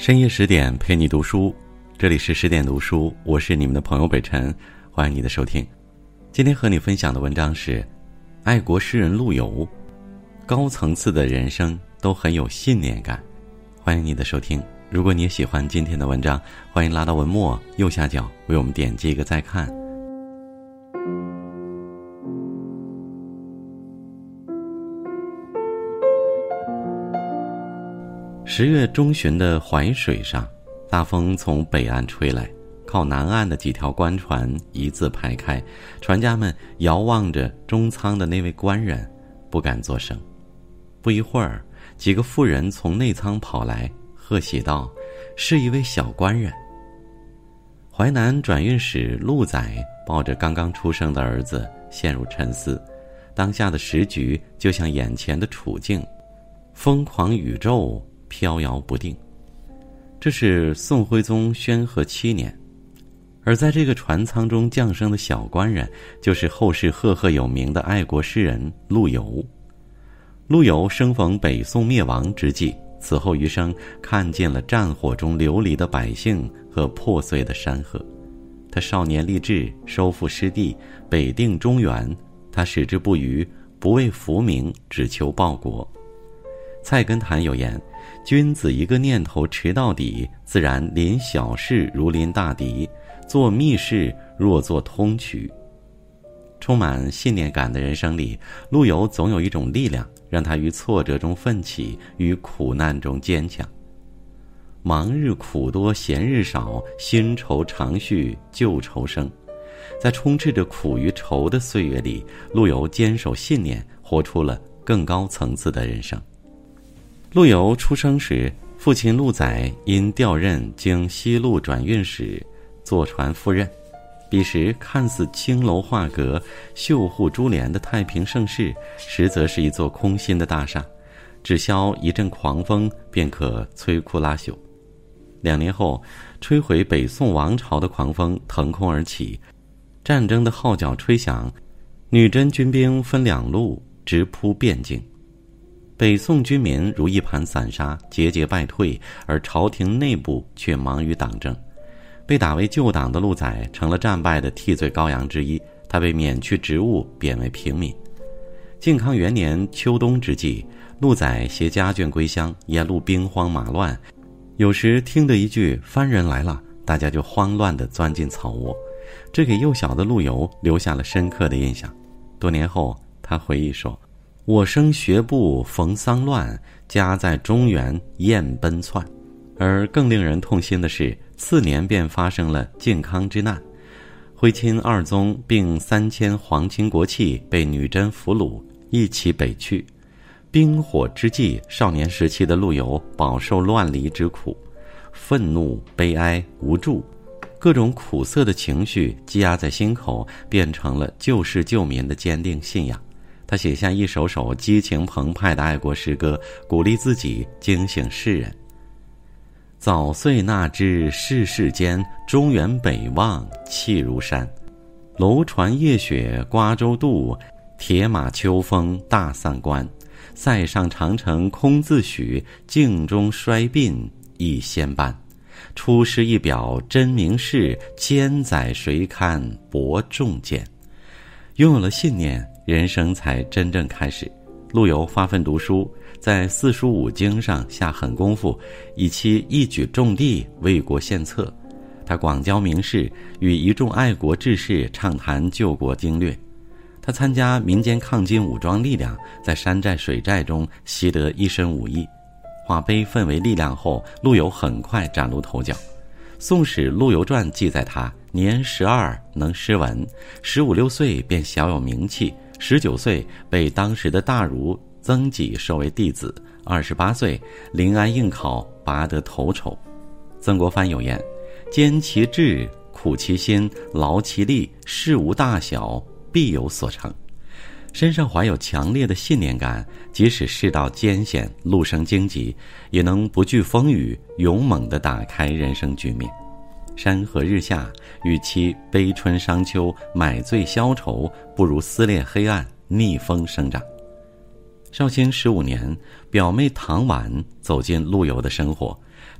深夜10点陪你读书，这里是10点读书，我是你们的朋友北辰，欢迎你的收听。今天和你分享的文章是爱国诗人陆游，高层次的人生都很有信念感。欢迎你的收听，如果你也喜欢今天的文章，欢迎拉到文末右下角为我们点击一个再看。10月中旬的淮水上，大风从北岸吹来，靠南岸的几条官船一字排开，船家们遥望着中舱的那位官人，不敢作声。不一会儿，几个妇人从内舱跑来，贺喜道：“是一位小官人。”淮南转运使陆载抱着刚刚出生的儿子陷入沉思，当下的时局就像眼前的处境，疯狂宇宙飘摇不定。这是宋徽宗宣和7年，而在这个船舱中降生的小官人，就是后世赫赫有名的爱国诗人陆游。陆游生逢北宋灭亡之际，此后余生看尽了战火中流离的百姓和破碎的山河。他少年立志收复失地，北定中原，他矢志不渝，不为浮名，只求报国。菜根谭有言：君子一个念头持到底，自然临小事如临大敌，做密事若做通衢。充满信念感的人生里，陆游总有一种力量，让他于挫折中奋起，于苦难中坚强。忙日苦多闲日少，新愁常续旧愁生。在充斥着苦与愁的岁月里，陆游坚守信念，活出了更高层次的人生。陆游出生时，父亲陆载因调任经西路转运使，坐船赴任。彼时看似青楼画阁、绣户珠帘的太平盛世，实则是一座空心的大厦，只消一阵狂风便可摧枯拉朽。2年后，摧毁北宋王朝的狂风腾空而起，战争的号角吹响，女真军兵分2路直扑汴京。北宋军民如一盘散沙，节节败退，而朝廷内部却忙于党争。被打为旧党的陆载成了战败的替罪羔羊之一，他被免去职务，贬为平民。靖康元年秋冬之际，陆载携家眷归乡，沿路兵荒马乱，有时听得一句番人来了，大家就慌乱地钻进草窝，这给幼小的陆游留下了深刻的印象。多年后，他回忆说：“我生学步逢丧乱，家在中原雁奔窜。”而更令人痛心的是，次年便发生了靖康之难，徽钦2宗并3000皇亲国戚被女真俘虏，一起北去。冰火之际，少年时期的陆游饱受乱离之苦，愤怒、悲哀、无助，各种苦涩的情绪积压在心口，变成了救世救民的坚定信仰。他写下一首首激情澎湃的爱国诗歌，鼓励自己，惊醒世人。早岁那知世事艰，中原北望气如山。楼船夜雪瓜洲渡，铁马秋风大散关。塞上长城空自许，镜中衰鬓亦先斑。出师一表真名士，千载谁堪伯仲间。拥有了信念，人生才真正开始。陆游发奋读书，在4书5经上下狠功夫，以其一举中第为国献策。他广交名士，与一众爱国志士畅谈救国经略。他参加民间抗金武装力量，在山寨水寨中习得一身武艺。化悲愤为力量后，陆游很快崭露头角。《宋史·陆游传》记载他年12能诗文，15、16岁便小有名气，19岁被当时的大儒曾纪收为弟子，28岁临安应考，拔得头筹。曾国藩有言：坚其志，苦其心，劳其力，事无大小，必有所成。身上怀有强烈的信念感，即使世道艰险，路生荆棘，也能不惧风雨，勇猛地打开人生局面。山河日下，与其悲春伤秋，买醉消愁，不如撕裂黑暗，逆风生长。绍兴15年，表妹唐婉走进陆游的生活，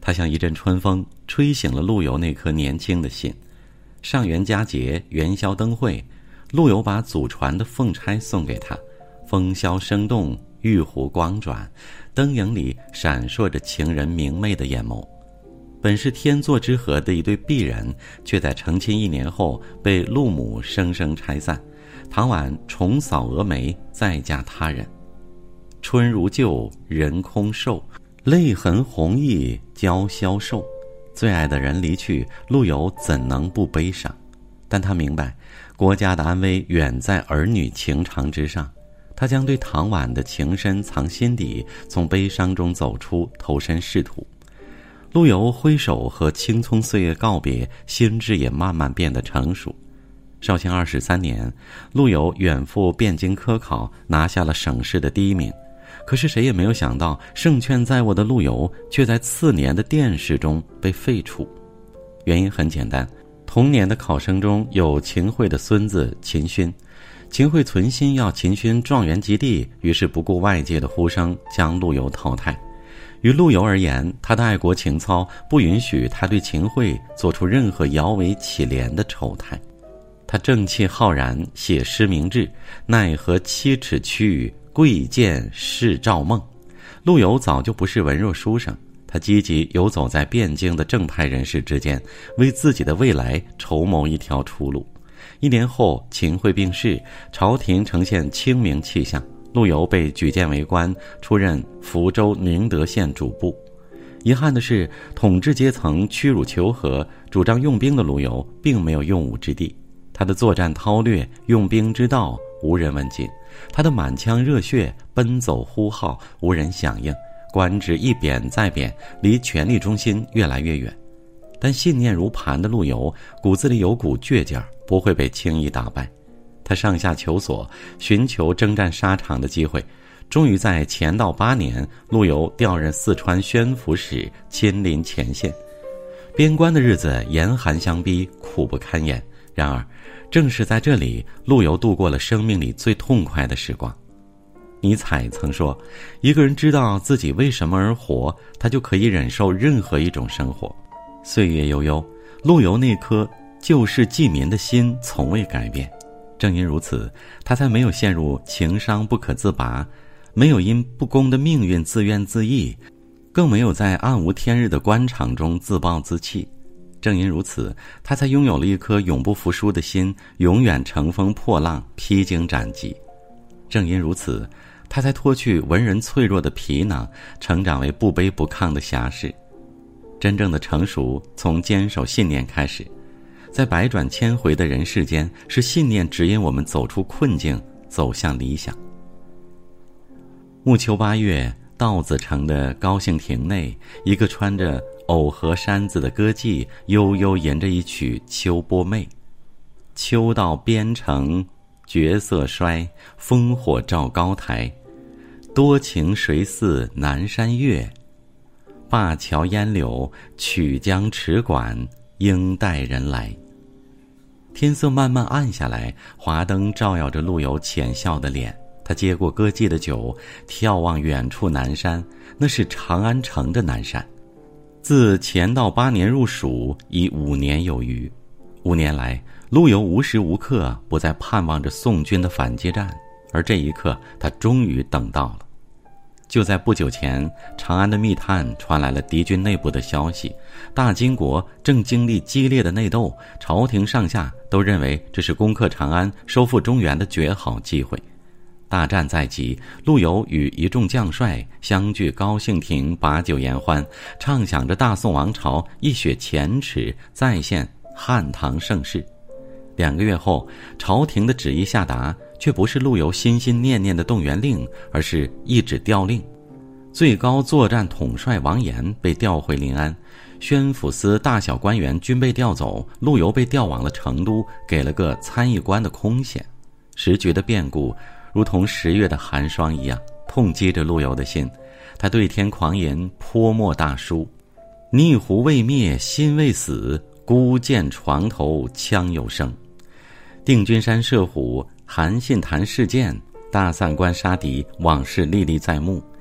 它像一阵春风，吹醒了陆游那颗年轻的心。上元佳节，元宵灯会，陆游把祖传的凤钗送给他，风箫声动，玉壶光转，灯影里闪烁着情人明媚的眼眸。本是天作之合的一对璧人，却在成亲1年后被陆母生生拆散。唐婉重扫蛾眉，再嫁他人。春如旧，人空瘦，泪痕红浥鲛绡瘦。最爱的人离去，陆游怎能不悲伤？但他明白，国家的安危远在儿女情长之上。他将对唐婉的情深藏心底，从悲伤中走出，投身仕途。陆游挥手和青葱岁月告别，心智也慢慢变得成熟。绍兴23年，陆游远赴汴京科考，拿下了省试的第1名。可是谁也没有想到，胜券在握的陆游却在次年的殿试中被废除。原因很简单，同年的考生中有秦桧的孙子秦勋。秦桧存心要秦勋状元及第，于是不顾外界的呼声，将陆游淘汰。于陆游而言，他的爱国情操不允许他对秦桧做出任何摇尾乞怜的丑态。他正气浩然，写诗明志，奈何7尺躯，贵贱是赵梦。陆游早就不是文弱书生，他积极游走在汴京的正派人士之间，为自己的未来筹谋一条出路。1年后，秦桧病逝，朝廷呈现清明气象，陆游被举荐为官，出任福州宁德县主簿。遗憾的是，统治阶层屈辱求和，主张用兵的陆游并没有用武之地。他的作战韬略、用兵之道无人问津，他的满腔热血、奔走呼号无人响应，官职一贬再贬，离权力中心越来越远。但信念如磐的陆游骨子里有股倔劲儿，不会被轻易打败。他上下求索，寻求征战沙场的机会，终于在乾道8年，陆游调任四川宣抚使，亲临前线。边关的日子严寒相逼，苦不堪言。然而正是在这里，陆游度过了生命里最痛快的时光。尼采曾说，一个人知道自己为什么而活，他就可以忍受任何一种生活。岁月悠悠，陆游那颗救世济民的心从未改变。正因如此，他才没有陷入情伤不可自拔，没有因不公的命运自怨自艾，更没有在暗无天日的官场中自暴自弃。正因如此，他才拥有了一颗永不服输的心，永远乘风破浪，披荆斩棘。正因如此，他才脱去文人脆弱的皮囊，成长为不卑不亢的侠士。真正的成熟从坚守信念开始，在百转千回的人世间，是信念指引我们走出困境，走向理想。暮秋8月，稻子城的高兴亭内，一个穿着藕荷衫子的歌妓悠悠吟着一曲《秋波媚》。秋到边城绝色衰，烽火照高台。多情谁似南山月，灞桥烟柳曲江池馆，应待人来。天色慢慢暗下来，华灯照耀着陆游浅笑的脸。他接过歌妓的酒，眺望远处南山，那是长安城的南山。自乾道8年入蜀，已5年有余。5年来，陆游无时无刻不在盼望着宋军的反击战，而这一刻，他终于等到了。就在不久前，长安的密探传来了敌军内部的消息，大金国正经历激烈的内斗，朝廷上下都认为这是攻克长安、收复中原的绝好机会。大战在即，陆游与一众将帅相聚高兴亭，把酒言欢，畅想着大宋王朝一雪前耻，再现汉唐盛世。2个月后，朝廷的旨意下达，却不是陆游心心念念的动员令，而是一纸调令。最高作战统帅王延被调回临安，宣抚司大小官员均被调走，陆游被调往了成都，给了个参议官的空闲。时局的变故如同10月的寒霜一样，痛击着陆游的心。他对天狂吟，泼墨大书：逆胡未灭，心未死，孤见床头枪有声。定军山射虎，韩信谈事件，大散关杀敌，往事历历在目。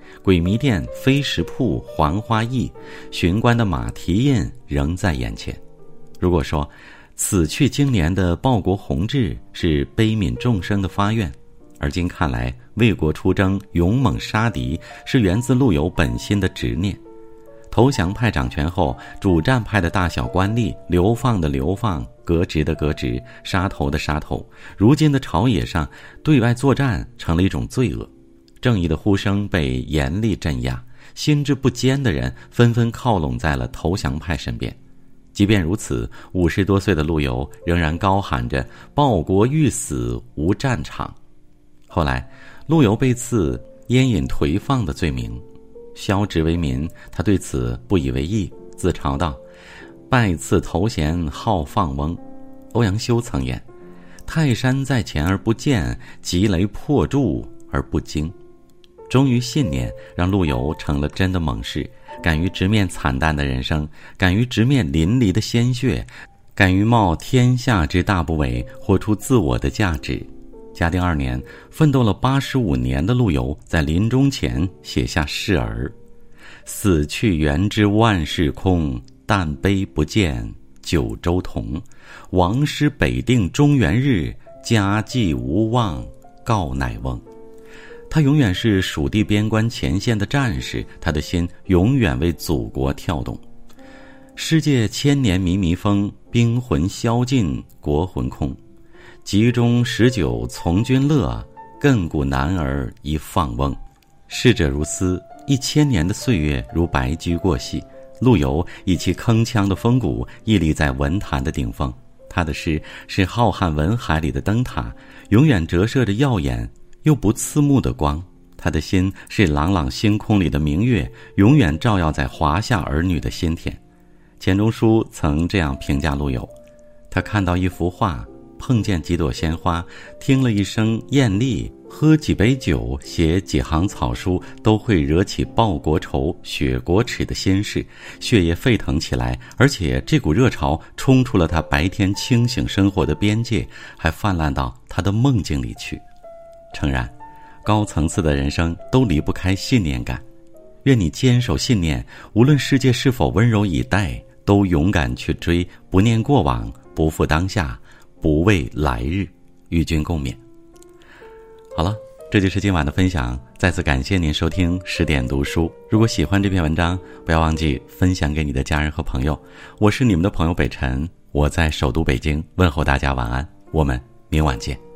鬼迷店、飞石铺、黄花驿，巡官的马蹄印仍在眼前。如果说此去经年的报国宏志是悲悯众生的发愿，而今看来为国出征、勇猛杀敌是源自陆游本心的执念。投降派掌权后，主战派的大小官吏，流放的流放，革职的革职，杀头的杀头，如今的朝野上对外作战成了一种罪恶，正义的呼声被严厉镇压，心智不坚的人纷纷靠拢在了投降派身边。即便如此，50多岁的陆游仍然高喊着报国欲死无战场。后来陆游被赐烟瘾颓放的罪名，削职为民，他对此不以为意，自嘲道：拜赐头衔好放翁。欧阳修曾言：泰山在前而不见，急雷破柱而不惊。忠于信念让陆游成了真的猛士，敢于直面惨淡的人生，敢于直面淋漓的鲜血，敢于冒天下之大不韪，活出自我的价值。嘉定2年，奋斗了85年的陆游在临终前写下誓儿：死去元知万事空，但悲不见九州同。王师北定中原日，家祭无忘告乃翁。他永远是蜀地边关前线的战士，他的心永远为祖国跳动。世界千年靡靡风，兵魂消尽国魂空。集中19从军乐，亘古男儿一放翁。逝者如斯，1000年的岁月如白驹过隙。陆游以其铿锵的风骨屹立在文坛的顶峰，他的诗是浩瀚文海里的灯塔，永远折射着耀眼又不刺目的光。他的心是朗朗星空里的明月，永远照耀在华夏儿女的心田。钱钟书曾这样评价陆游：他看到一幅画，碰见几朵鲜花，听了一声艳丽，喝几杯酒，写几行草书，都会惹起报国仇、雪国耻的心事，血液沸腾起来，而且这股热潮冲出了他白天清醒生活的边界，还泛滥到他的梦境里去。诚然，高层次的人生都离不开信念感。愿你坚守信念，无论世界是否温柔以待，都勇敢去追，不念过往，不负当下，不畏来日，与君共勉。好了，这就是今晚的分享，再次感谢您收听10点读书。如果喜欢这篇文章，不要忘记分享给你的家人和朋友。我是你们的朋友北辰，我在首都北京问候大家晚安，我们明晚见。